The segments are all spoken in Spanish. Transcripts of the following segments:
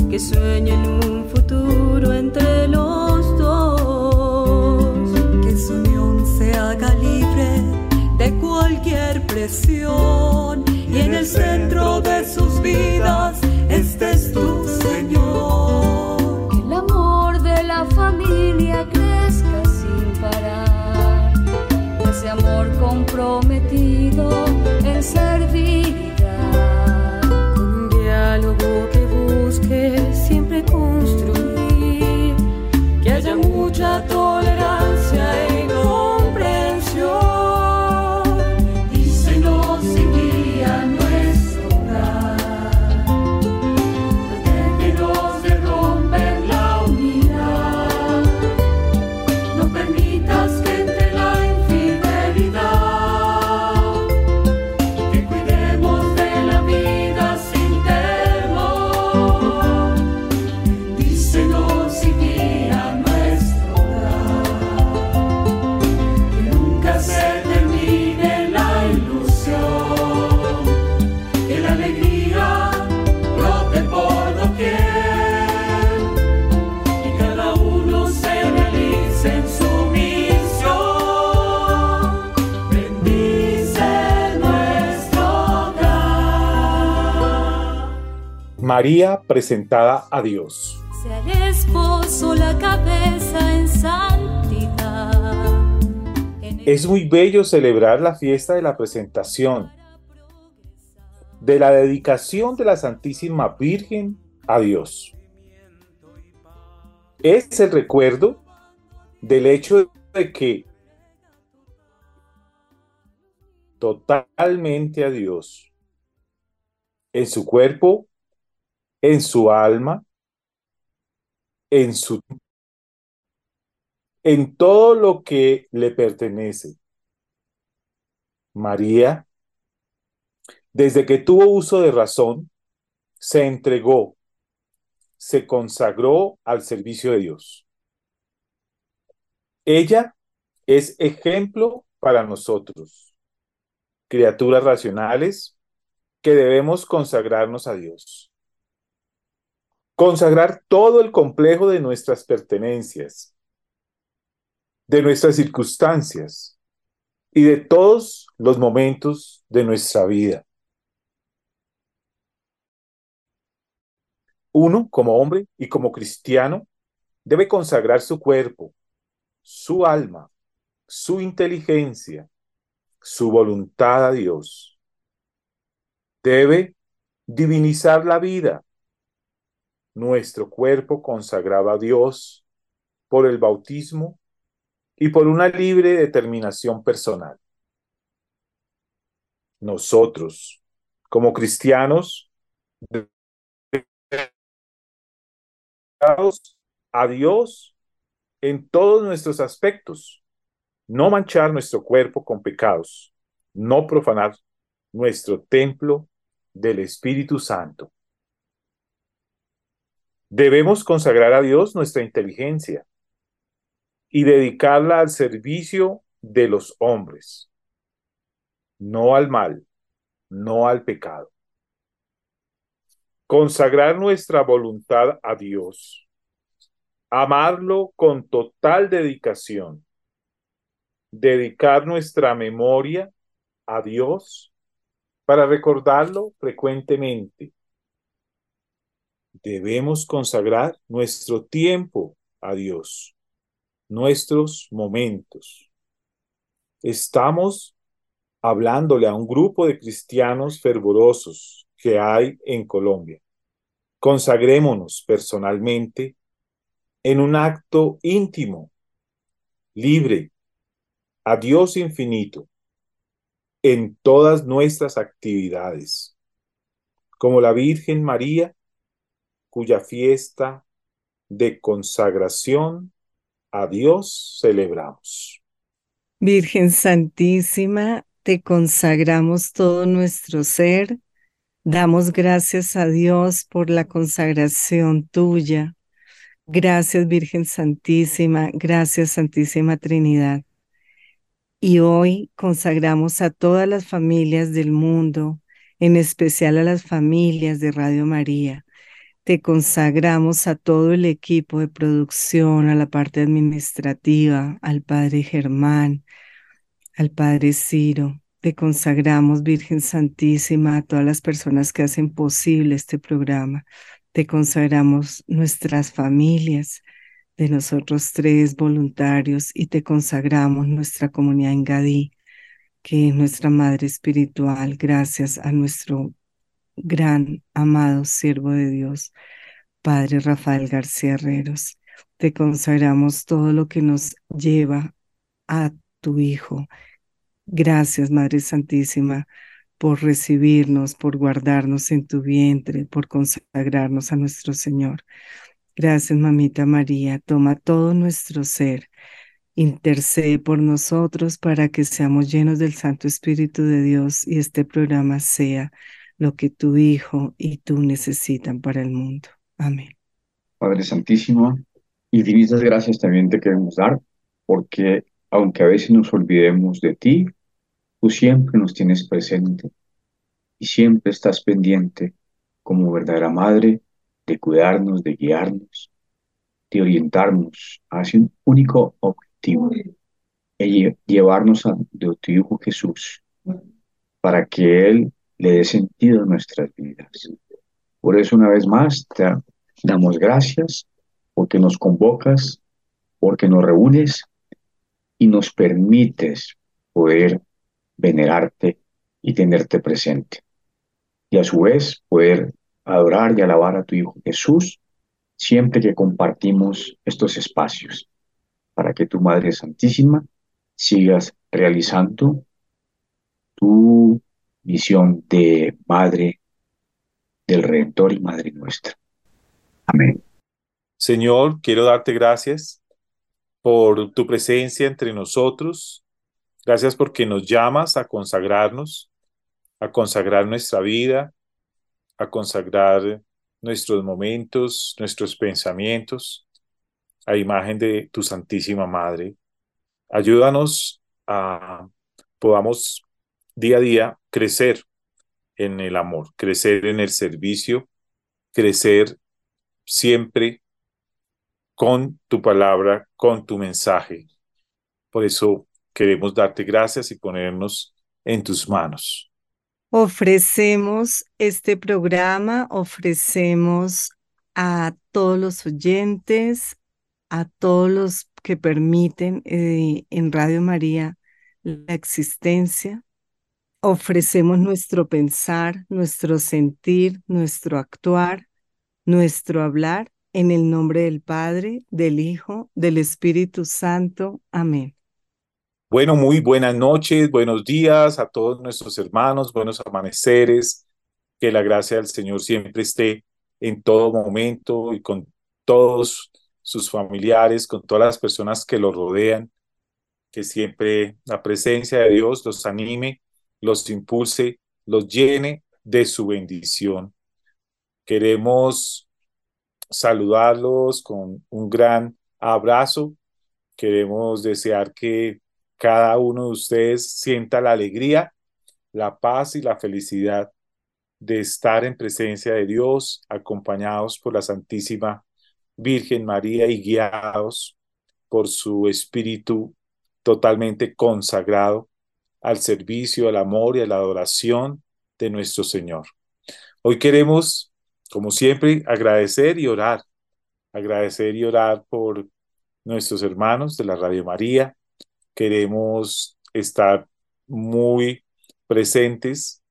que sueñen un futuro entre los dos, que su unión se haga libre de cualquier presión y en el centro de sus vidas estés tú, Señor. que el amor de la familia crezca sin parar, ese amor comprometido en servirá, Con un diálogo que busque siempre construir, que haya mucha tolerancia y comprensión. dísenos sin guía nuestro hogar, protégenos de romper la unidad, no permitas que entre la infidelidad, que cuidemos de la vida sin temor, dísenos sin guía nuestro hogar, que nunca se termine la ilusión, que la alegría brote por doquier y cada uno se realice en su misión. Bendice nuestro hogar. María presentada a Dios. Sea el esposo la cabeza en santidad. Es muy bello celebrar la fiesta de la presentación, de la dedicación de la Santísima Virgen a Dios. Es el recuerdo del hecho de que totalmente a Dios, en su cuerpo, en su alma, en todo lo que le pertenece. María, desde que tuvo uso de razón, se entregó, se consagró al servicio de Dios. Ella es ejemplo para nosotros, criaturas racionales que debemos consagrarnos a Dios. Consagrar todo el complejo de nuestras pertenencias, de nuestras circunstancias y de todos los momentos de nuestra vida. Uno, como hombre y como cristiano, debe consagrar su cuerpo, su alma, su inteligencia, su voluntad a Dios. Debe divinizar la vida, nuestro cuerpo consagrado a Dios por el bautismo y por una libre determinación personal. Nosotros, como cristianos, dedicados a Dios en todos nuestros aspectos, no manchar nuestro cuerpo con pecados, no profanar nuestro templo del Espíritu Santo. Debemos consagrar a Dios nuestra inteligencia y dedicarla al servicio de los hombres, no al mal, no al pecado. Consagrar nuestra voluntad a Dios, amarlo con total dedicación, dedicar nuestra memoria a Dios para recordarlo frecuentemente. Debemos consagrar nuestro tiempo a Dios, nuestros momentos. Estamos hablándole a un grupo de cristianos fervorosos que hay en Colombia. Consagrémonos personalmente en un acto íntimo, libre, a Dios infinito, en todas nuestras actividades, como la Virgen María, cuya fiesta de consagración a Dios celebramos. Virgen Santísima, te consagramos todo nuestro ser. Damos gracias a Dios por la consagración tuya. Gracias, Virgen Santísima. Gracias, Santísima Trinidad. Y hoy consagramos a todas las familias del mundo, en especial a las familias de Radio María. Te consagramos a todo el equipo de producción, a la parte administrativa, al Padre Germán, al Padre Ciro. Te consagramos, Virgen Santísima, a todas las personas que hacen posible este programa. Te consagramos nuestras familias, de nosotros tres voluntarios, y te consagramos nuestra comunidad en Gadí, que es nuestra madre espiritual, gracias a nuestro gran, amado siervo de Dios, Padre Rafael García Herreros. Te consagramos todo lo que nos lleva a tu Hijo. Gracias, Madre Santísima, por recibirnos, por guardarnos en tu vientre, por consagrarnos a nuestro Señor. Gracias, Mamita María. Toma todo nuestro ser. Intercede por nosotros para que seamos llenos del Santo Espíritu de Dios y este programa sea lo que tu Hijo y tú necesitan para el mundo. Amén. Padre Santísimo, infinitas gracias también te queremos dar, porque aunque a veces nos olvidemos de ti, tú siempre nos tienes presente y siempre estás pendiente como verdadera madre de cuidarnos, de guiarnos, de orientarnos hacia un único objetivo, llevarnos de tu Hijo Jesús, para que Él le dé sentido a nuestras vidas. Por eso una vez más te damos gracias, porque nos convocas, porque nos reúnes y nos permites poder venerarte y tenerte presente. Y a su vez poder adorar y alabar a tu Hijo Jesús siempre que compartimos estos espacios, para que tu Madre Santísima sigas realizando tu misión de Madre del Redentor y Madre nuestra. Amén. Señor, quiero darte gracias por tu presencia entre nosotros. Gracias porque nos llamas a consagrarnos, a consagrar nuestra vida, a consagrar nuestros momentos, nuestros pensamientos, a imagen de tu Santísima Madre. Ayúdanos a podamos día a día crecer en el amor, crecer en el servicio, crecer siempre con tu palabra, con tu mensaje. Por eso queremos darte gracias y ponernos en tus manos. Ofrecemos este programa, ofrecemos a todos los oyentes, a todos los que permiten en Radio María la existencia. Ofrecemos nuestro pensar, nuestro sentir, nuestro actuar, nuestro hablar, en el nombre del Padre, del Hijo, del Espíritu Santo. Amén. Bueno, muy buenas noches, buenos días a todos nuestros hermanos, buenos amaneceres. Que la gracia del Señor siempre esté en todo momento y con todos sus familiares, con todas las personas que lo rodean. Que siempre la presencia de Dios los anime, los impulse, los llene de su bendición. Queremos saludarlos con un gran abrazo. Queremos desear que cada uno de ustedes sienta la alegría, la paz y la felicidad de estar en presencia de Dios, acompañados por la Santísima Virgen María y guiados por su Espíritu totalmente consagrado al servicio, al amor y a la adoración de nuestro Señor. Hoy queremos, como siempre, agradecer y orar por nuestros hermanos de la Radio María. Queremos estar muy presentes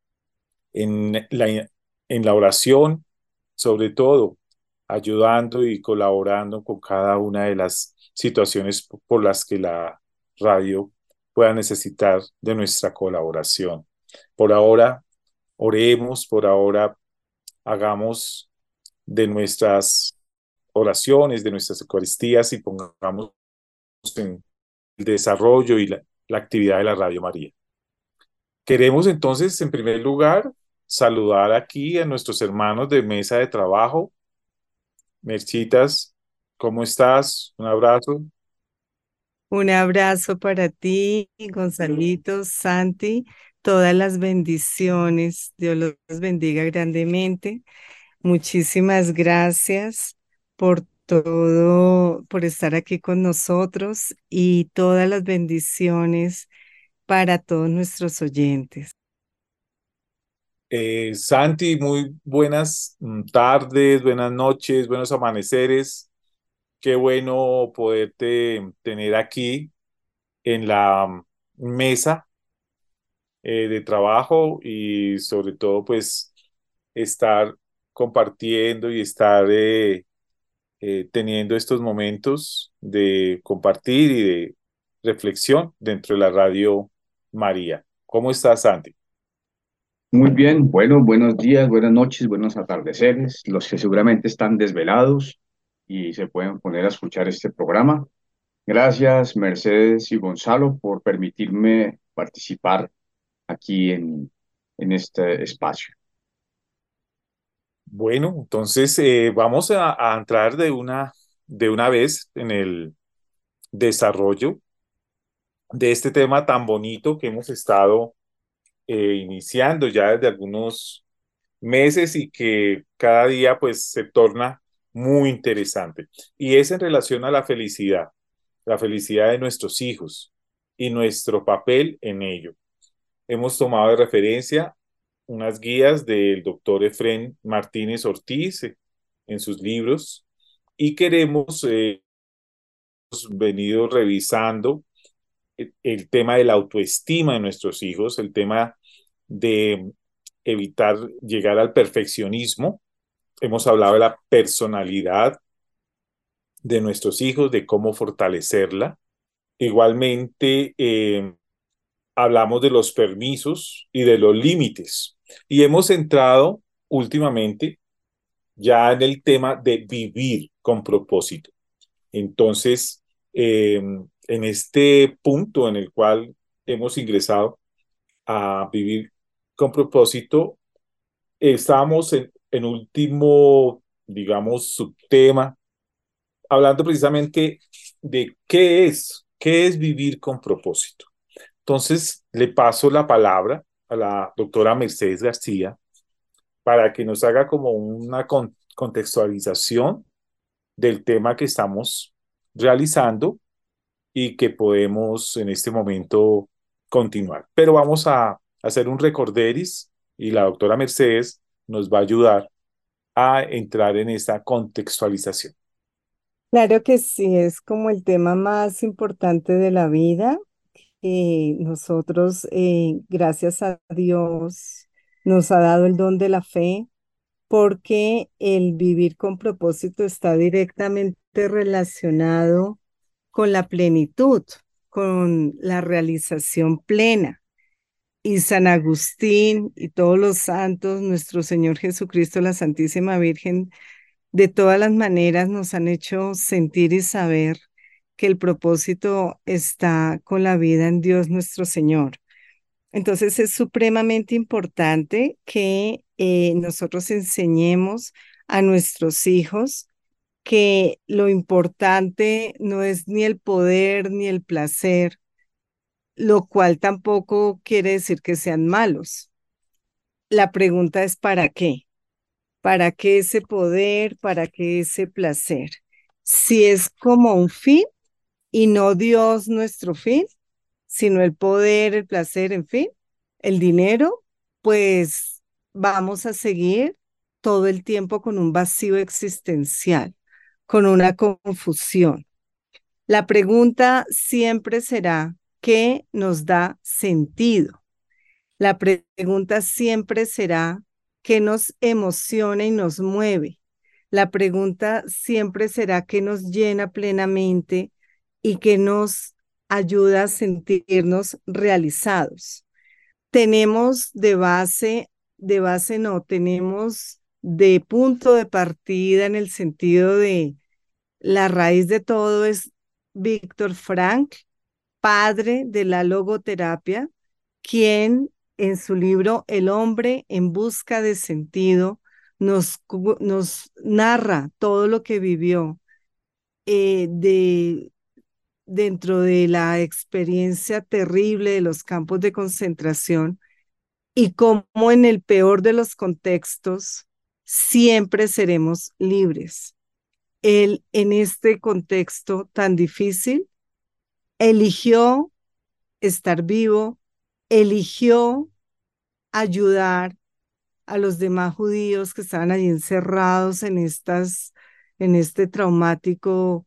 en la oración, sobre todo ayudando y colaborando con cada una de las situaciones por las que la radio pueda necesitar de nuestra colaboración. Por ahora, oremos, por ahora hagamos de nuestras oraciones, de nuestras eucaristías y pongamos en el desarrollo y la actividad de la Radio María. Queremos entonces, en primer lugar, saludar aquí a nuestros hermanos de mesa de trabajo. Merchitas, ¿cómo estás? Un abrazo. Un abrazo para ti, Gonzalito, Santi, todas las bendiciones. Dios los bendiga grandemente. Muchísimas gracias por todo, por estar aquí con nosotros y todas las bendiciones para todos nuestros oyentes. Santi, muy buenas tardes, buenas noches, buenos amaneceres. Qué bueno poderte tener aquí en la mesa de trabajo y sobre todo pues estar compartiendo y estar teniendo estos momentos de compartir y de reflexión dentro de la Radio María. ¿Cómo estás, Santi? Muy bien, bueno, buenos días, buenas noches, buenos atardeceres, los que seguramente están desvelados y se pueden poner a escuchar este programa. Gracias, Mercedes y Gonzalo, por permitirme participar aquí en este espacio. Bueno, entonces vamos a entrar de una vez en el desarrollo de este tema tan bonito que hemos estado iniciando ya desde algunos meses y que cada día pues se torna muy interesante. Y es en relación a la felicidad de nuestros hijos y nuestro papel en ello. Hemos tomado de referencia unas guías del doctor Efrén Martínez Ortiz en sus libros y queremos, hemos venido revisando el tema de la autoestima de nuestros hijos, el tema de evitar llegar al perfeccionismo. Hemos hablado de la personalidad de nuestros hijos, de cómo fortalecerla. Igualmente, hablamos de los permisos y de los límites. Y hemos entrado últimamente ya en el tema de vivir con propósito. Entonces, en este punto en el cual hemos ingresado a vivir con propósito, estamos en último, digamos, subtema, hablando precisamente de qué es vivir con propósito. Entonces, le paso la palabra a la doctora Mercedes García para que nos haga como una contextualización del tema que estamos realizando y que podemos en este momento continuar. Pero vamos a hacer un recorderis y la doctora Mercedes nos va a ayudar a entrar en esta contextualización. Claro que sí, es como el tema más importante de la vida. Nosotros, gracias a Dios, nos ha dado el don de la fe porque el vivir con propósito está directamente relacionado con la plenitud, con la realización plena. Y San Agustín y todos los santos, nuestro Señor Jesucristo, la Santísima Virgen, de todas las maneras nos han hecho sentir y saber que el propósito está con la vida en Dios nuestro Señor. Entonces es supremamente importante que nosotros enseñemos a nuestros hijos que lo importante no es ni el poder ni el placer, lo cual tampoco quiere decir que sean malos. La pregunta es ¿para qué? ¿Para qué ese poder? ¿Para qué ese placer? Si es como un fin y no Dios nuestro fin, sino el poder, el placer, en fin, el dinero, pues vamos a seguir todo el tiempo con un vacío existencial, con una confusión. La pregunta siempre será, ¿qué nos da sentido? La pregunta siempre será, ¿qué nos emociona y nos mueve? La pregunta siempre será, ¿qué nos llena plenamente y qué nos ayuda a sentirnos realizados? Tenemos de base no, tenemos de punto de partida en el sentido de la raíz de todo es Víctor Frank, padre de la logoterapia, quien en su libro El hombre en busca de sentido nos narra todo lo que vivió dentro de la experiencia terrible de los campos de concentración y cómo en el peor de los contextos siempre seremos libres. Él, en este contexto tan difícil, eligió estar vivo, eligió ayudar a los demás judíos que estaban allí encerrados en este traumático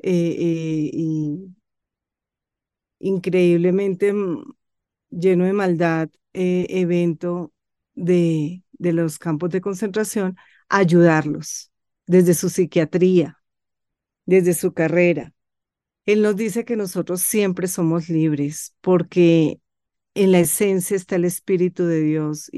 y increíblemente lleno de maldad evento de los campos de concentración, ayudarlos desde su psiquiatría, desde su carrera. Él nos dice que nosotros siempre somos libres porque en la esencia está el Espíritu de Dios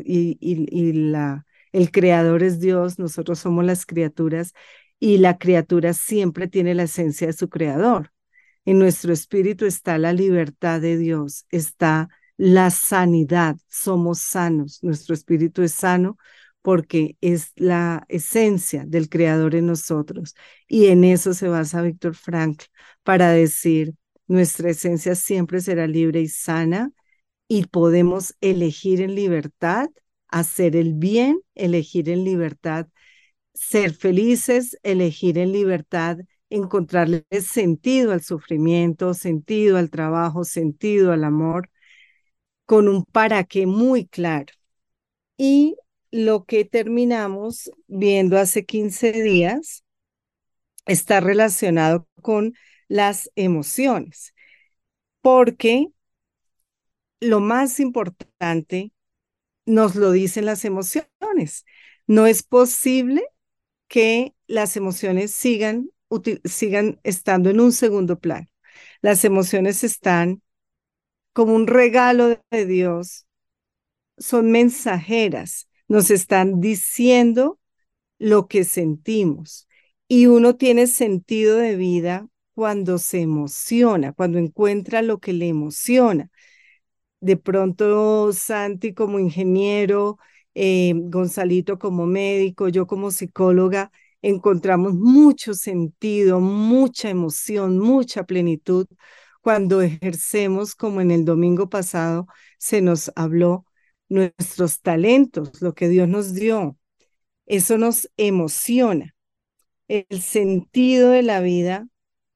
el Creador es Dios, nosotros somos las criaturas y la criatura siempre tiene la esencia de su Creador. En nuestro espíritu está la libertad de Dios, está la sanidad, somos sanos, nuestro espíritu es sano porque es la esencia del Creador en nosotros. Y en eso se basa Víctor Frankl para decir, nuestra esencia siempre será libre y sana y podemos elegir en libertad, hacer el bien, elegir en libertad, ser felices, elegir en libertad, encontrarle sentido al sufrimiento, sentido al trabajo, sentido al amor, con un para qué muy claro. Y lo que terminamos viendo hace 15 días está relacionado con las emociones, porque lo más importante nos lo dicen las emociones. No es posible que las emociones sigan estando en un segundo plano. Las emociones están como un regalo de Dios, son mensajeras, nos están diciendo lo que sentimos y uno tiene sentido de vida cuando se emociona, cuando encuentra lo que le emociona. De pronto Santi como ingeniero, Gonzalito como médico, yo como psicóloga, encontramos mucho sentido, mucha emoción, mucha plenitud cuando ejercemos, como en el domingo pasado se nos habló, nuestros talentos, lo que Dios nos dio. Eso nos emociona. El sentido de la vida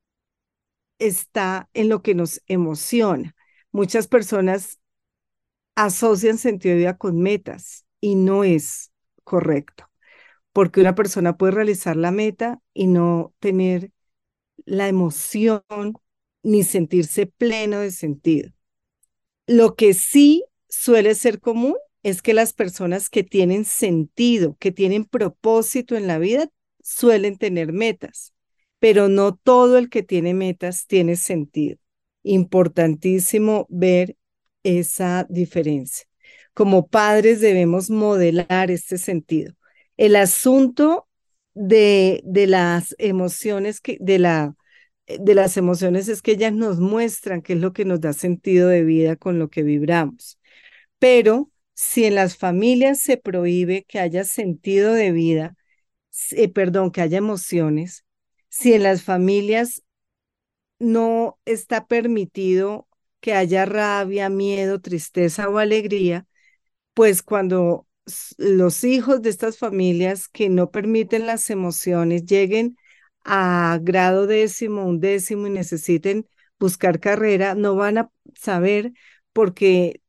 está en lo que nos emociona. Muchas personas asocian sentido de vida con metas y no es correcto, porque una persona puede realizar la meta y no tener la emoción ni sentirse pleno de sentido. Lo que sí suele ser común es que las personas que tienen sentido, que tienen propósito en la vida, suelen tener metas, pero no todo el que tiene metas tiene sentido. Importantísimo ver esa diferencia. Como padres debemos modelar este sentido. El asunto de las emociones de las emociones es que ellas nos muestran qué es lo que nos da sentido de vida con lo que vibramos. Pero si en las familias se prohíbe que haya sentido de vida, que haya emociones, si en las familias no está permitido que haya rabia, miedo, tristeza o alegría, pues cuando los hijos de estas familias que no permiten las emociones lleguen a grado décimo, undécimo y necesiten buscar carrera, no van a saber porque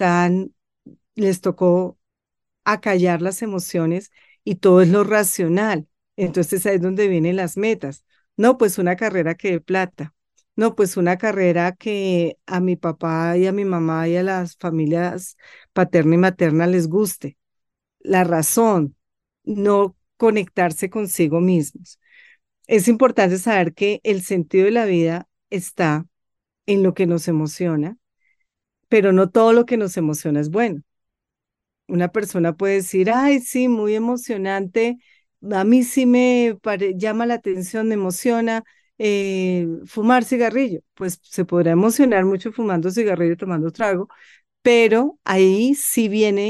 les tocó acallar las emociones y todo es lo racional. Entonces ahí es donde vienen las metas. No, pues una carrera que dé plata. No, pues una carrera que a mi papá y a mi mamá y a las familias paterna y materna les guste. La razón, no conectarse consigo mismos. Es importante saber que el sentido de la vida está en lo que nos emociona, pero no todo lo que nos emociona es bueno. Una persona puede decir, ay, sí, muy emocionante, a mí sí llama la atención, me emociona fumar cigarrillo. Pues se podrá emocionar mucho fumando cigarrillo, tomando trago, pero ahí sí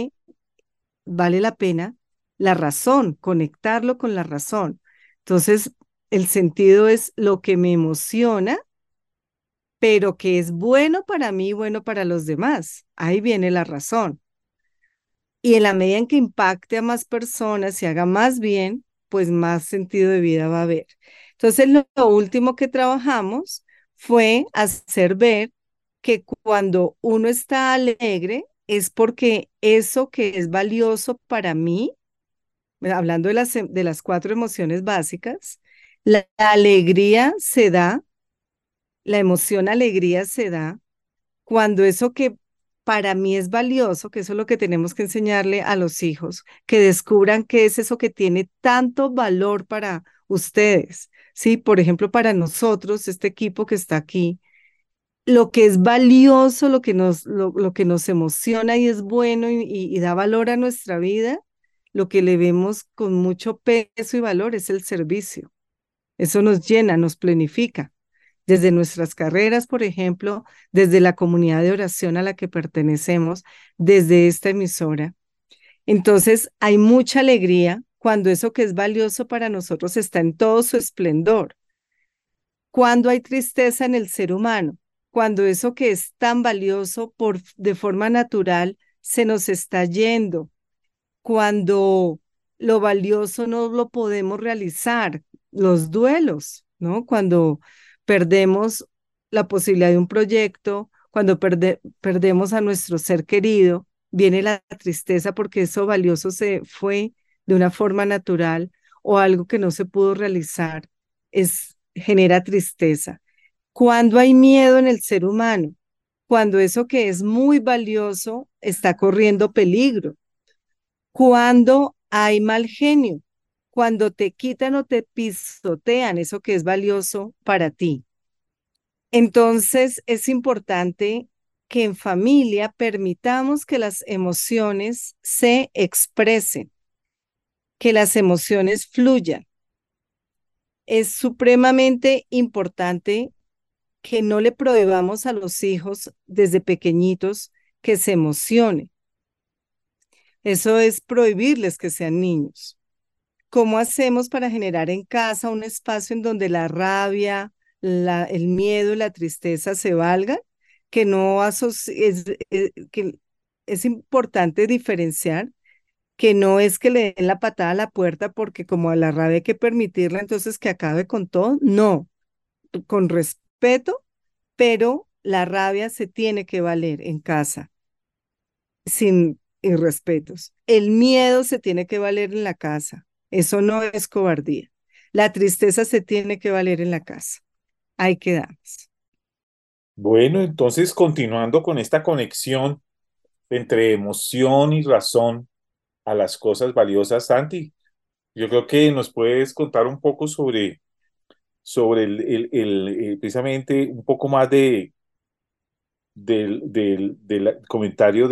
vale la pena la razón, conectarlo con la razón. Entonces, el sentido es lo que me emociona, pero que es bueno para mí, bueno para los demás. Ahí viene la razón. Y en la medida en que impacte a más personas y haga más bien, pues más sentido de vida va a haber. Entonces, lo último que trabajamos fue hacer ver que cuando uno está alegre es porque eso que es valioso para mí, hablando de las cuatro emociones básicas, la alegría se da, la emoción alegría se da cuando eso que para mí es valioso, que eso es lo que tenemos que enseñarle a los hijos, que descubran qué es eso que tiene tanto valor para ustedes. Sí, por ejemplo, para nosotros, este equipo que está aquí, lo que es valioso, lo que nos emociona y es bueno y da valor a nuestra vida, lo que le vemos con mucho peso y valor es el servicio. Eso nos llena, nos plenifica desde nuestras carreras, por ejemplo, desde la comunidad de oración a la que pertenecemos, desde esta emisora. Entonces, hay mucha alegría cuando eso que es valioso para nosotros está en todo su esplendor. Cuando hay tristeza en el ser humano, cuando eso que es tan valioso de forma natural se nos está yendo, cuando lo valioso no lo podemos realizar, los duelos, ¿no? Cuando perdemos la posibilidad de un proyecto, cuando perdemos a nuestro ser querido, viene la tristeza porque eso valioso se fue de una forma natural o algo que no se pudo realizar, genera tristeza. Cuando hay miedo en el ser humano, cuando eso que es muy valioso está corriendo peligro, cuando hay mal genio, cuando te quitan o te pisotean eso que es valioso para ti. Entonces es importante que en familia permitamos que las emociones se expresen, que las emociones fluyan. Es supremamente importante que no le prohibamos a los hijos desde pequeñitos que se emocionen. Eso es prohibirles que sean niños. ¿Cómo hacemos para generar en casa un espacio en donde la rabia, el miedo y la tristeza se valgan? Que no que es importante diferenciar que no es que le den la patada a la puerta porque como a la rabia hay que permitirla, entonces que acabe con todo. No, con respeto, pero la rabia se tiene que valer en casa, sin irrespetos. El miedo se tiene que valer en la casa. Eso no es cobardía. La tristeza se tiene que valer en la casa. Ahí quedamos. Bueno, entonces continuando con esta conexión entre emoción y razón a las cosas valiosas, Santi, yo creo que nos puedes contar un poco sobre precisamente un poco más del comentario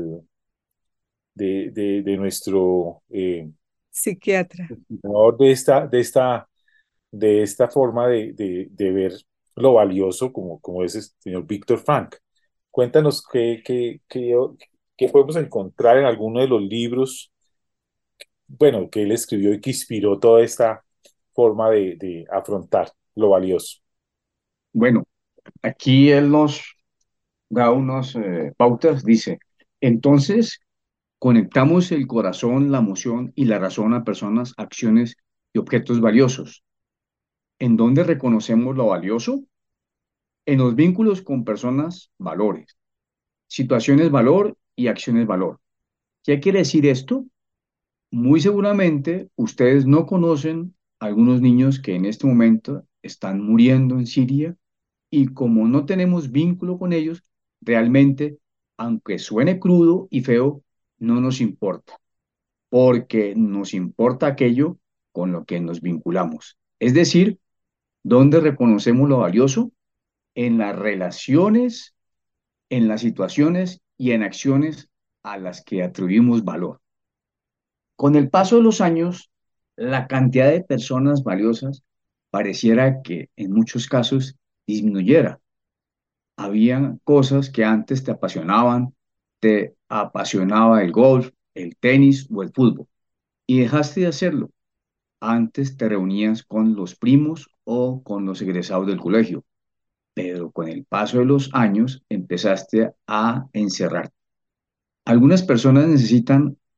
de nuestro Psiquiatra. entrenador de esta forma de ver lo valioso como es el señor Víctor Frank. Cuéntanos qué podemos encontrar en alguno de los libros, bueno, que él escribió y que inspiró toda esta forma de afrontar lo valioso. Bueno, aquí él nos da unas pautas, dice, entonces conectamos el corazón, la emoción y la razón a personas, acciones y objetos valiosos. ¿En dónde reconocemos lo valioso? En los vínculos con personas, valores, situaciones, valor y acciones, valor. ¿Qué quiere decir esto? Muy seguramente ustedes no conocen a algunos niños que en este momento están muriendo en Siria y como no tenemos vínculo con ellos, realmente, aunque suene crudo y feo, no nos importa, porque nos importa aquello con lo que nos vinculamos. Es decir, ¿dónde reconocemos lo valioso? En las relaciones, en las situaciones y en acciones a las que atribuimos valor. Con el paso de los años, la cantidad de personas valiosas pareciera que en muchos casos disminuyera. Había cosas que antes te apasionaba el golf, el tenis o el fútbol, y dejaste de hacerlo. Antes te reunías con los primos o con los egresados del colegio, pero con el paso de los años empezaste a encerrarte. Algunas personas necesitan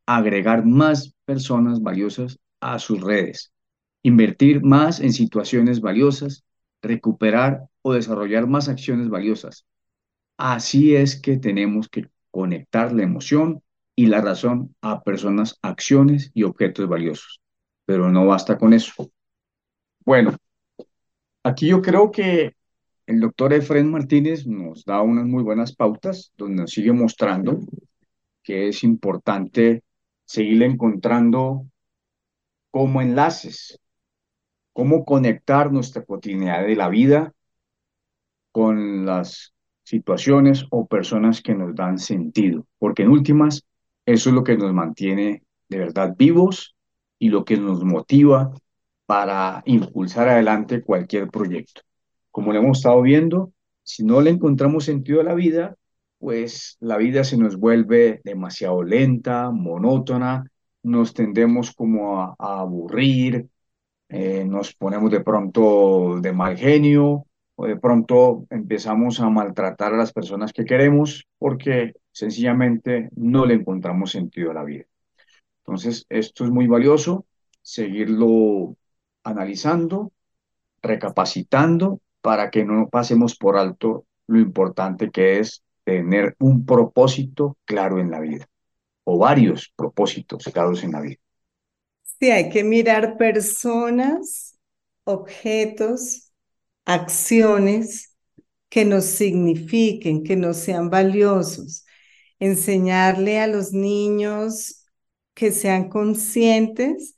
agregar más personas valiosas a sus redes, invertir más en situaciones valiosas, recuperar o desarrollar más acciones valiosas. Así es que tenemos que conectar la emoción y la razón a personas, acciones y objetos valiosos. Pero no basta con eso. Bueno, aquí yo creo que el doctor Efraín Martínez nos da unas muy buenas pautas donde nos sigue mostrando que es importante seguir encontrando como enlaces, cómo conectar nuestra cotidianidad de la vida con las situaciones o personas que nos dan sentido, porque en últimas eso es lo que nos mantiene de verdad vivos y lo que nos motiva para impulsar adelante cualquier proyecto. Como lo hemos estado viendo, si no le encontramos sentido a la vida, pues la vida se nos vuelve demasiado lenta, monótona, nos tendemos como a aburrir, nos ponemos de pronto de mal genio o de pronto empezamos a maltratar a las personas que queremos porque sencillamente no le encontramos sentido a la vida. Entonces, esto es muy valioso, seguirlo analizando, recapacitando para que no pasemos por alto lo importante que es tener un propósito claro en la vida o varios propósitos claros en la vida. Sí, hay que mirar personas, objetos, acciones que nos signifiquen, que nos sean valiosos. Enseñarle a los niños que sean conscientes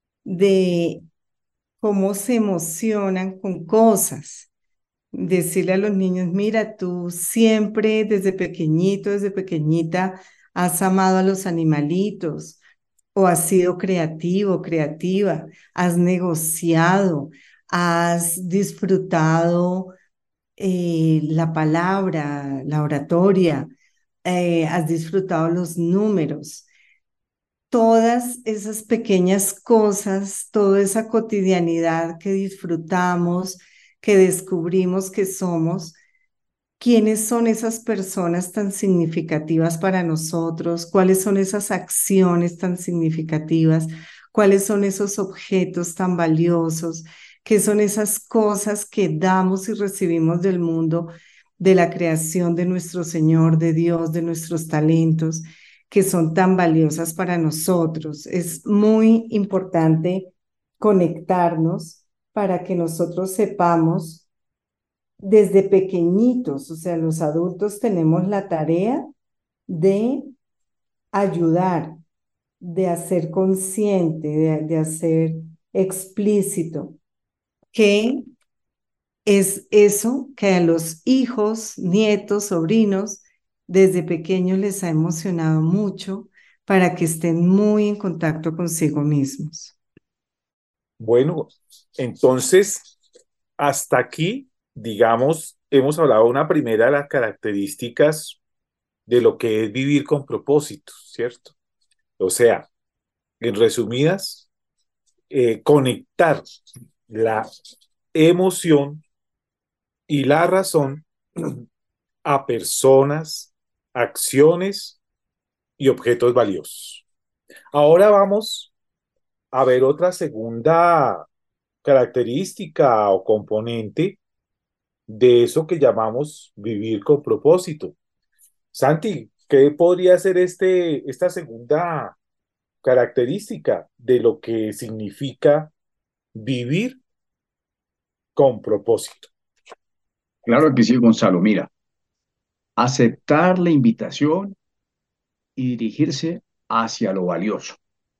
de cómo se emocionan con cosas. Decirle a los niños, mira, tú siempre desde pequeñito, desde pequeñita, has amado a los animalitos o has sido creativo, creativa, has negociado, has disfrutado la palabra, la oratoria, has disfrutado los números. Todas esas pequeñas cosas, toda esa cotidianidad que disfrutamos, que descubrimos que somos, ¿quiénes son esas personas tan significativas para nosotros? ¿Cuáles son esas acciones tan significativas? ¿Cuáles son esos objetos tan valiosos? ¿Qué son esas cosas que damos y recibimos del mundo, de la creación de nuestro Señor, de Dios, de nuestros talentos, que son tan valiosas para nosotros? Es muy importante conectarnos para que nosotros sepamos desde pequeñitos, o sea, los adultos tenemos la tarea de ayudar, de hacer consciente, de hacer explícito que es eso que a los hijos, nietos, sobrinos, desde pequeños les ha emocionado mucho para que estén muy en contacto consigo mismos. Bueno, entonces, hasta aquí, digamos, hemos hablado de una primera de las características de lo que es vivir con propósitos, ¿cierto? O sea, en resumidas, conectar la emoción y la razón a personas, acciones y objetos valiosos. Ahora vamos a ver otra segunda característica o componente de eso que llamamos vivir con propósito. Santi, ¿qué podría ser esta segunda característica de lo que significa vivir con propósito? Claro que sí, Gonzalo. Mira, aceptar la invitación y dirigirse hacia lo valioso.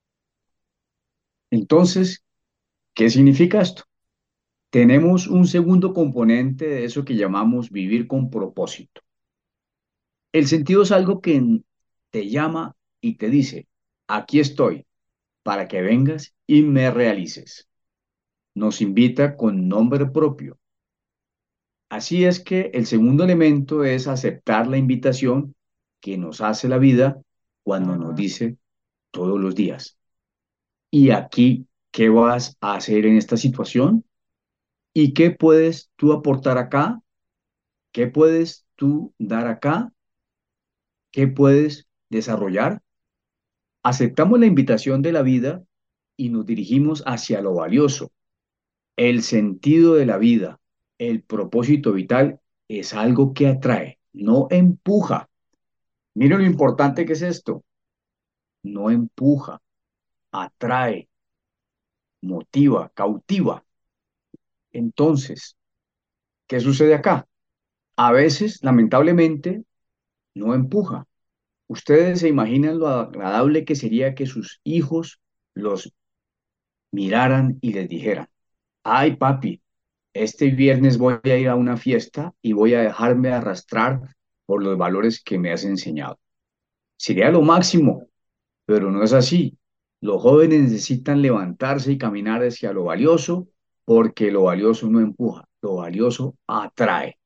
Entonces, ¿qué significa esto? Tenemos un segundo componente de eso que llamamos vivir con propósito. El sentido es algo que te llama y te dice, aquí estoy para que vengas y me realices. Nos invita con nombre propio. Así es que el segundo elemento es aceptar la invitación que nos hace la vida cuando nos dice todos los días. ¿Y aquí qué vas a hacer en esta situación? ¿Y qué puedes tú aportar acá? ¿Qué puedes tú dar acá? ¿Qué puedes desarrollar? Aceptamos la invitación de la vida y nos dirigimos hacia lo valioso. El sentido de la vida, el propósito vital es algo que atrae, no empuja. Miren lo importante que es esto. No empuja, atrae, motiva, cautiva. Entonces, ¿qué sucede acá? A veces, lamentablemente, no empuja. Ustedes se imaginan lo agradable que sería que sus hijos los miraran y les dijeran, ay papi, este viernes voy a ir a una fiesta y voy a dejarme arrastrar por los valores que me has enseñado. Sería lo máximo, pero no es así. Los jóvenes necesitan levantarse y caminar hacia lo valioso porque lo valioso no empuja, lo valioso atrae.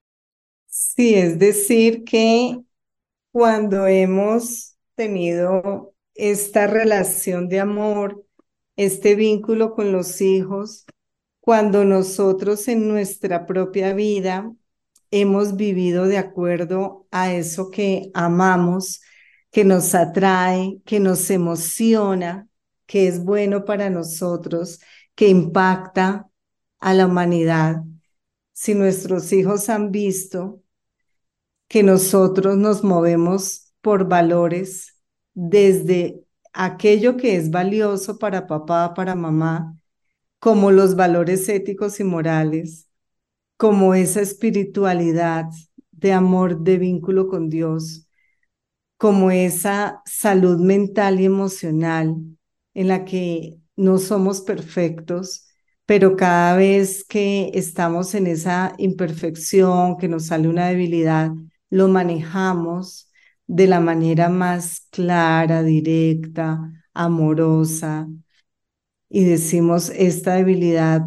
Sí, es decir, que cuando hemos tenido esta relación de amor, este vínculo con los hijos, cuando nosotros en nuestra propia vida hemos vivido de acuerdo a eso que amamos, que nos atrae, que nos emociona, que es bueno para nosotros, que impacta a la humanidad. Si nuestros hijos han visto que nosotros nos movemos por valores desde aquello que es valioso para papá, para mamá, como los valores éticos y morales, como esa espiritualidad de amor, de vínculo con Dios, como esa salud mental y emocional en la que no somos perfectos, pero cada vez que estamos en esa imperfección, que nos sale una debilidad, lo manejamos de la manera más clara, directa, amorosa, y decimos esta debilidad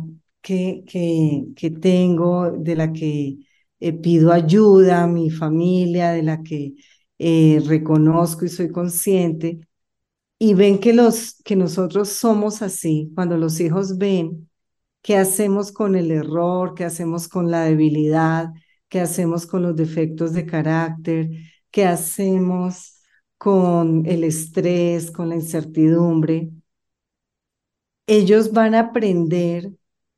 que tengo, de la que pido ayuda a mi familia, de la que reconozco y soy consciente, y ven que nosotros somos así, cuando los hijos ven qué hacemos con el error, qué hacemos con la debilidad, qué hacemos con los defectos de carácter, qué hacemos con el estrés, con la incertidumbre, ellos van a aprender,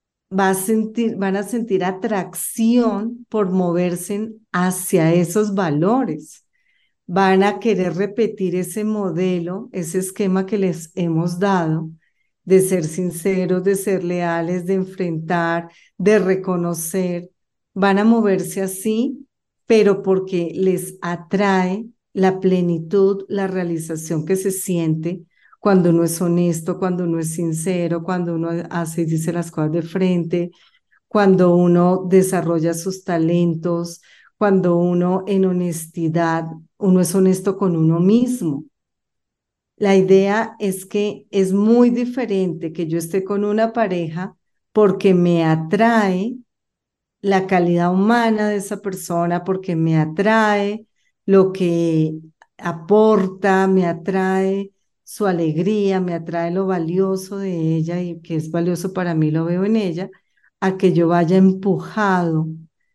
van a sentir atracción por moverse hacia esos valores. Van a querer repetir ese modelo, ese esquema que les hemos dado, de ser sinceros, de ser leales, de enfrentar, de reconocer. Van a moverse así, pero porque les atrae la plenitud, la realización que se siente cuando uno es honesto, cuando uno es sincero, cuando uno hace y dice las cosas de frente, cuando uno desarrolla sus talentos, cuando uno en honestidad, uno es honesto con uno mismo. La idea es que es muy diferente que yo esté con una pareja porque me atrae la calidad humana de esa persona, porque me atrae lo que aporta, me atrae su alegría, me atrae lo valioso de ella y que es valioso para mí, lo veo en ella, a que yo vaya empujado,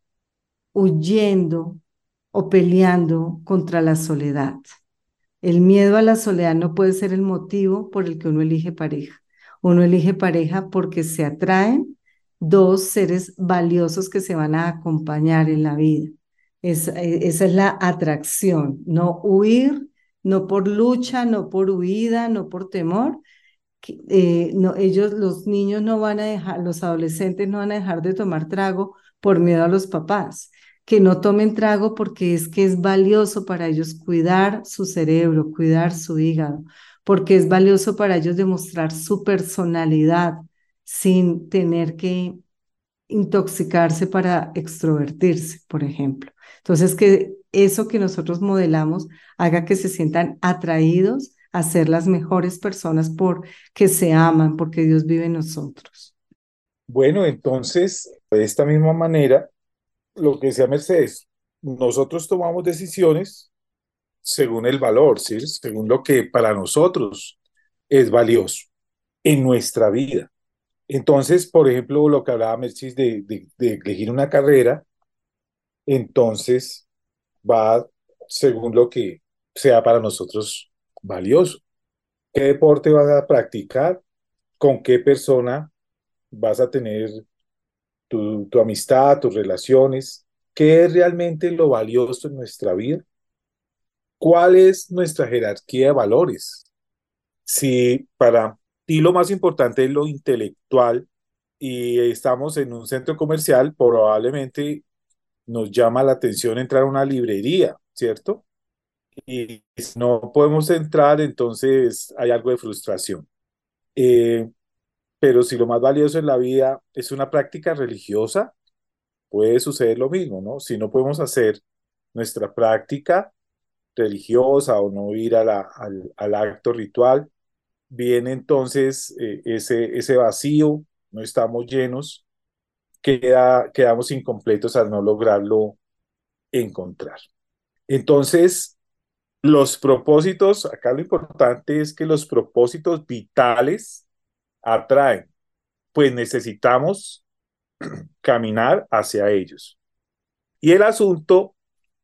huyendo o peleando contra la soledad. El miedo a la soledad no puede ser el motivo por el que uno elige pareja. Uno elige pareja porque se atraen dos seres valiosos que se van a acompañar en la vida. Esa es la atracción, no huir, no por lucha, no por huida, no por temor. No, ellos, los niños no van a dejar, los adolescentes no van a dejar de tomar trago por miedo a los papás, que no tomen trago porque es que es valioso para ellos cuidar su cerebro, cuidar su hígado, porque es valioso para ellos demostrar su personalidad sin tener que intoxicarse para extrovertirse, por ejemplo. Entonces, que eso que nosotros modelamos haga que se sientan atraídos a ser las mejores personas porque se aman, porque Dios vive en nosotros. Bueno, entonces, de esta misma manera, lo que decía Mercedes, nosotros tomamos decisiones según el valor, ¿sí? Según lo que para nosotros es valioso en nuestra vida. Entonces, por ejemplo, lo que hablaba Mercedes de elegir una carrera, entonces va según lo que sea para nosotros valioso. ¿Qué deporte vas a practicar? ¿Con qué persona vas a tener tu amistad, tus relaciones? ¿Qué es realmente lo valioso en nuestra vida? ¿Cuál es nuestra jerarquía de valores? Si para ti lo más importante es lo intelectual y estamos en un centro comercial, probablemente nos llama la atención entrar a una librería, ¿cierto? Y si no podemos entrar, entonces hay algo de frustración. Eh, pero si lo más valioso en la vida es una práctica religiosa, puede suceder lo mismo, ¿no? Si no podemos hacer nuestra práctica religiosa o no ir a al acto ritual, viene entonces ese vacío, no estamos llenos, quedamos incompletos al no lograrlo encontrar. Entonces, los propósitos, acá lo importante es que los propósitos vitales atraen, pues necesitamos caminar hacia ellos. Y el asunto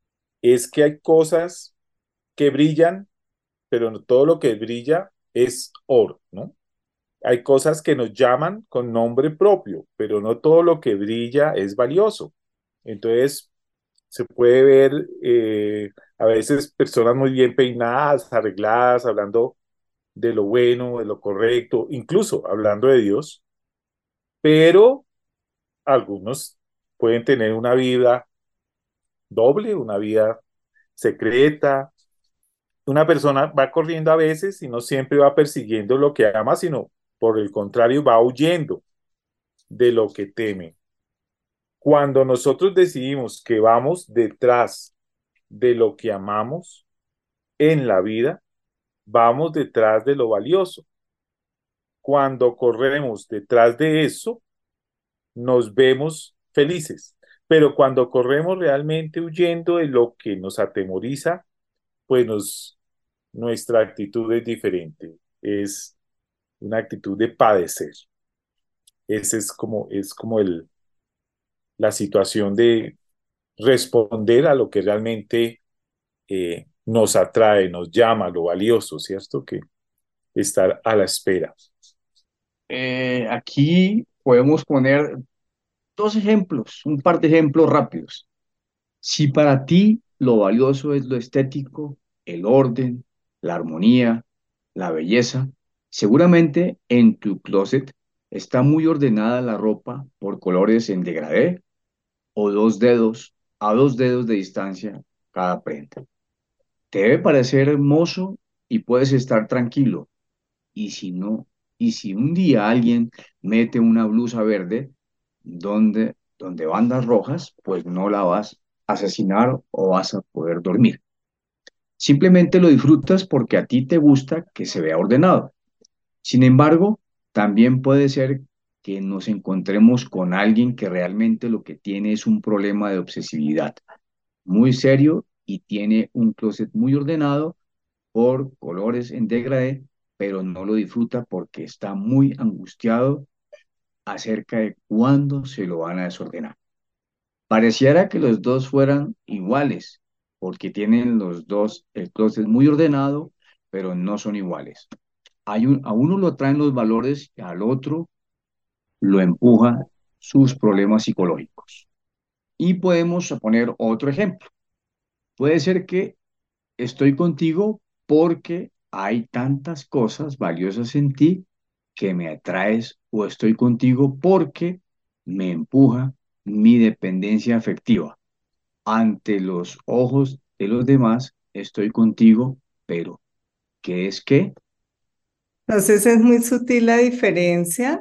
es que hay cosas que brillan, pero no todo lo que brilla es oro, ¿no? Hay cosas que nos llaman con nombre propio, pero no todo lo que brilla es valioso. Entonces, se puede ver a veces personas muy bien peinadas, arregladas, hablando de lo bueno, de lo correcto, incluso hablando de Dios, pero algunos pueden tener una vida doble, una vida secreta. Una persona va corriendo a veces y no siempre va persiguiendo lo que ama, sino por el contrario va huyendo de lo que teme. Cuando nosotros decidimos que vamos detrás de lo que amamos en la vida, vamos detrás de lo valioso. Cuando corremos detrás de eso, nos vemos felices. Pero cuando corremos realmente huyendo de lo que nos atemoriza, pues nuestra actitud es diferente. Es una actitud de padecer. Ese es como la situación de responder a lo que realmente nos atrae, nos llama, lo valioso, ¿cierto? Que estar a la espera. Aquí podemos poner dos ejemplos, un par de ejemplos rápidos. Si para ti lo valioso es lo estético, el orden, la armonía, la belleza, seguramente en tu closet está muy ordenada la ropa por colores en degradé o dos dedos, a dos dedos de distancia cada prenda. Te debe parecer hermoso y puedes estar tranquilo. Y si no, y si un día alguien mete una blusa verde donde bandas rojas, pues no la vas a asesinar o vas a poder dormir. Simplemente lo disfrutas porque a ti te gusta que se vea ordenado. Sin embargo, también puede ser que nos encontremos con alguien que realmente lo que tiene es un problema de obsesividad muy serio y tiene un closet muy ordenado por colores en degradé, pero no lo disfruta porque está muy angustiado acerca de cuándo se lo van a desordenar. Pareciera que los dos fueran iguales, porque tienen los dos el closet muy ordenado, pero no son iguales. A uno lo traen los valores y al otro lo empuja sus problemas psicológicos. Y podemos poner otro ejemplo. Puede ser que estoy contigo porque hay tantas cosas valiosas en ti que me atraes o estoy contigo porque me empuja mi dependencia afectiva. Ante los ojos de los demás estoy contigo, pero ¿qué es qué? Entonces es muy sutil la diferencia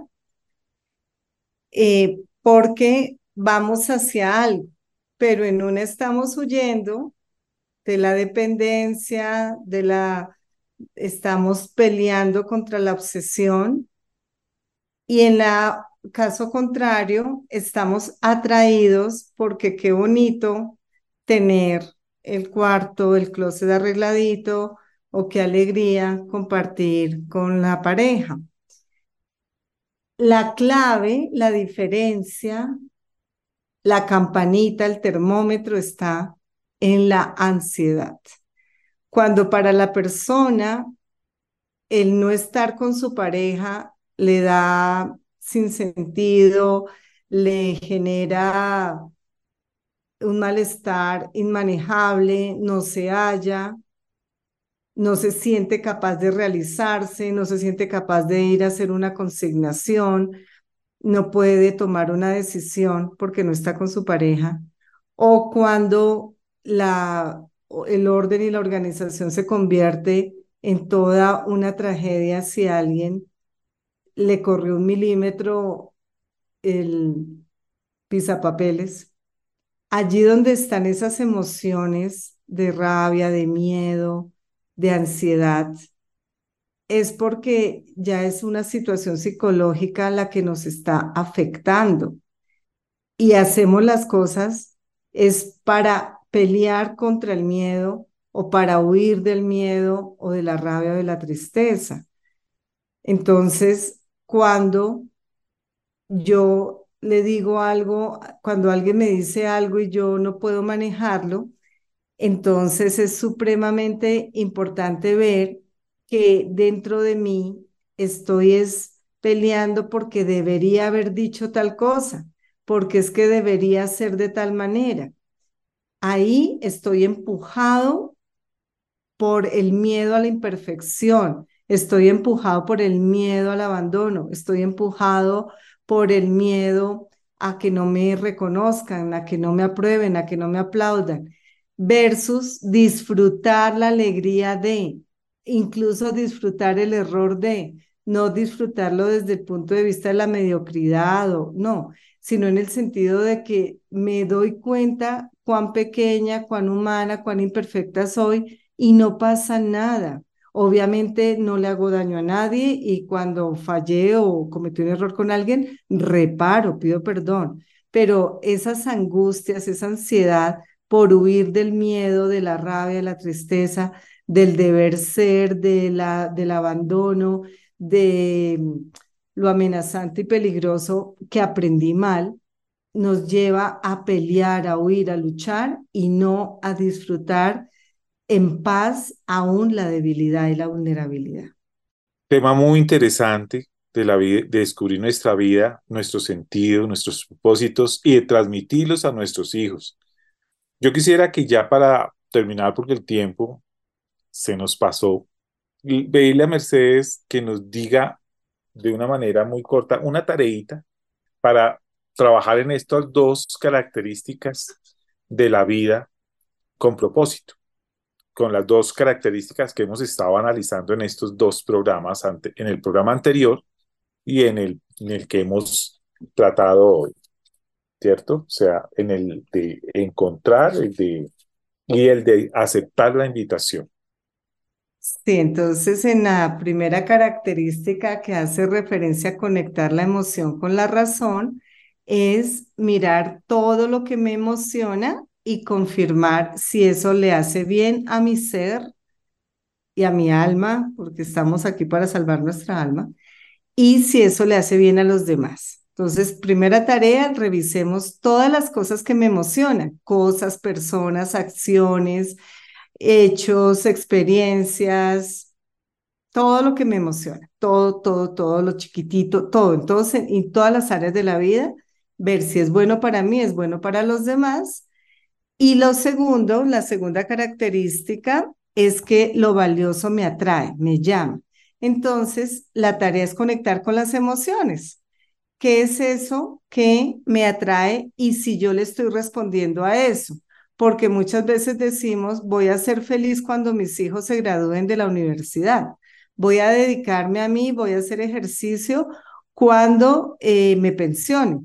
porque vamos hacia algo, pero en una estamos huyendo de la dependencia, estamos peleando contra la obsesión y en la caso contrario estamos atraídos porque qué bonito tener el cuarto, el closet arregladito o qué alegría compartir con la pareja. La clave, la diferencia, la campanita, el termómetro está en la ansiedad. Cuando para la persona el no estar con su pareja le da sinsentido, le genera un malestar inmanejable, no se halla, no se siente capaz de realizarse, no se siente capaz de ir a hacer una consignación, no puede tomar una decisión porque no está con su pareja, o cuando el orden y la organización se convierte en toda una tragedia si a alguien le corrió 1 milímetro el pisapapeles. Allí donde están esas emociones de rabia, de miedo, de ansiedad, es porque ya es una situación psicológica la que nos está afectando y hacemos las cosas es para pelear contra el miedo o para huir del miedo o de la rabia o de la tristeza. Entonces, cuando yo le digo algo, cuando alguien me dice algo y yo no puedo manejarlo, entonces es supremamente importante ver que dentro de mí estoy peleando porque debería haber dicho tal cosa, porque es que debería ser de tal manera. Ahí estoy empujado por el miedo a la imperfección, estoy empujado por el miedo al abandono, estoy empujado por el miedo a que no me reconozcan, a que no me aprueben, a que no me aplaudan, versus disfrutar la alegría de, incluso disfrutar el error de, no disfrutarlo desde el punto de vista de la mediocridad o no, sino en el sentido de que me doy cuenta cuán pequeña, cuán humana, cuán imperfecta soy y no pasa nada. Obviamente no le hago daño a nadie y cuando fallé o cometí un error con alguien, reparo, pido perdón. Pero esas angustias, esa ansiedad por huir del miedo, de la rabia, de la tristeza, del deber ser, del abandono, de lo amenazante y peligroso que aprendí mal, nos lleva a pelear, a huir, a luchar y no a disfrutar en paz aún la debilidad y la vulnerabilidad. Tema muy interesante de la vida, de descubrir nuestra vida, nuestro sentido, nuestros propósitos y de transmitirlos a nuestros hijos. Yo quisiera que ya para terminar, porque el tiempo se nos pasó, pedirle a Mercedes que nos diga de una manera muy corta una tareita para trabajar en estas dos características de la vida con propósito, con las dos características que hemos estado analizando en estos dos programas, en el programa anterior y en el que hemos tratado hoy, ¿cierto? O sea, en el de encontrar y el de aceptar la invitación. Sí, entonces en la primera característica que hace referencia a conectar la emoción con la razón es mirar todo lo que me emociona y confirmar si eso le hace bien a mi ser y a mi alma, porque estamos aquí para salvar nuestra alma, y si eso le hace bien a los demás. Entonces, primera tarea, revisemos todas las cosas que me emocionan, cosas, personas, acciones, hechos, experiencias, todo lo que me emociona, todo lo chiquitito, todo, entonces, en todas las áreas de la vida, ver si es bueno para mí, es bueno para los demás. Y lo segundo, la segunda característica es que lo valioso me atrae, me llama. Entonces, la tarea es conectar con las emociones. ¿Qué es eso que me atrae y si yo le estoy respondiendo a eso? Porque muchas veces decimos, voy a ser feliz cuando mis hijos se gradúen de la universidad. Voy a dedicarme a mí, voy a hacer ejercicio cuando me pensione.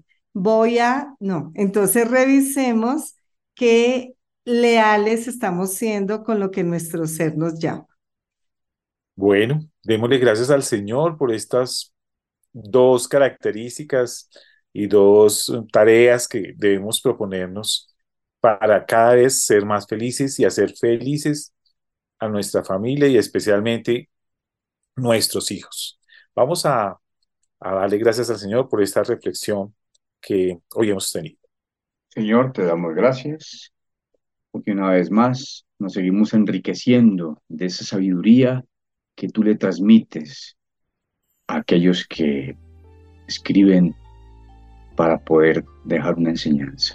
No. Entonces revisemos qué leales estamos siendo con lo que nuestro ser nos llama. Bueno, démosle gracias al Señor por estas dos características y dos tareas que debemos proponernos para cada vez ser más felices y hacer felices a nuestra familia y especialmente nuestros hijos. Vamos a darle gracias al Señor por esta reflexión que hoy hemos tenido. Señor, te damos gracias porque una vez más nos seguimos enriqueciendo de esa sabiduría que tú le transmites a aquellos que escriben para poder dejar una enseñanza.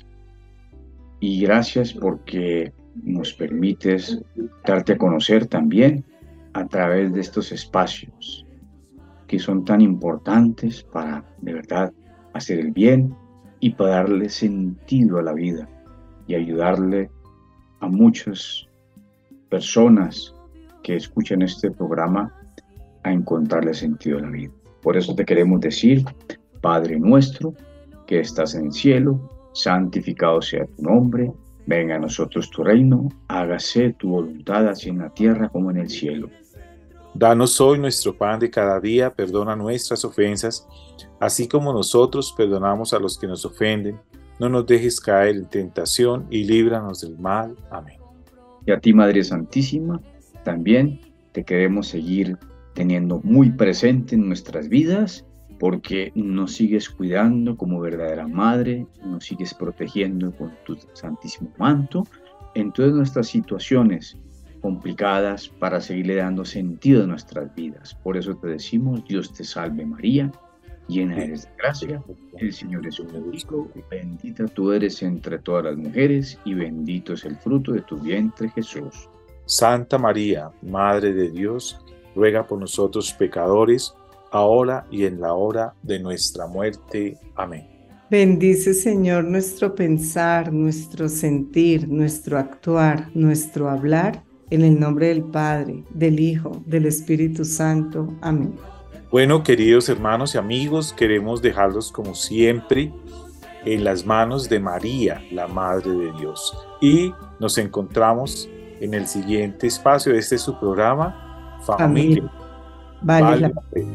Y gracias porque nos permites darte a conocer también a través de estos espacios que son tan importantes para, de verdad, hacer el bien y para darle sentido a la vida y ayudarle a muchas personas que escuchan este programa a encontrarle sentido a la vida. Por eso te queremos decir, Padre nuestro, que estás en el cielo, santificado sea tu nombre, venga a nosotros tu reino, hágase tu voluntad así en la tierra como en el cielo. Danos hoy nuestro pan de cada día, perdona nuestras ofensas, así como nosotros perdonamos a los que nos ofenden. No nos dejes caer en tentación y líbranos del mal. Amén. Y a ti, Madre Santísima, también te queremos seguir teniendo muy presente en nuestras vidas, porque nos sigues cuidando como verdadera Madre, nos sigues protegiendo con tu santísimo manto en todas nuestras situaciones complicadas para seguirle dando sentido a nuestras vidas. Por eso te decimos, Dios te salve María, llena eres de gracia, el Señor es contigo, bendita tú eres entre todas las mujeres y bendito es el fruto de tu vientre Jesús. Santa María, Madre de Dios, ruega por nosotros pecadores, ahora y en la hora de nuestra muerte. Amén. Bendice, Señor, nuestro pensar, nuestro sentir, nuestro actuar, nuestro hablar, en el nombre del Padre, del Hijo, del Espíritu Santo. Amén. Bueno, queridos hermanos y amigos, queremos dejarlos como siempre en las manos de María, la Madre de Dios. Y nos encontramos en el siguiente espacio. Este es su programa, Familia. Vale la pena.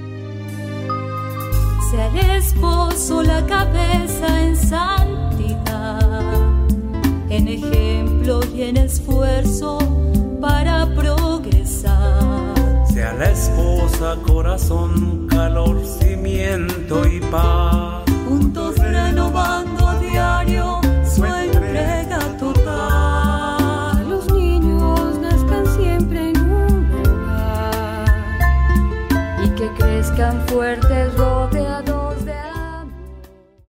Sea el esposo la cabeza en santidad, en ejemplo y en esfuerzo para progresar. Sea la esposa corazón, calor, cimiento y paz.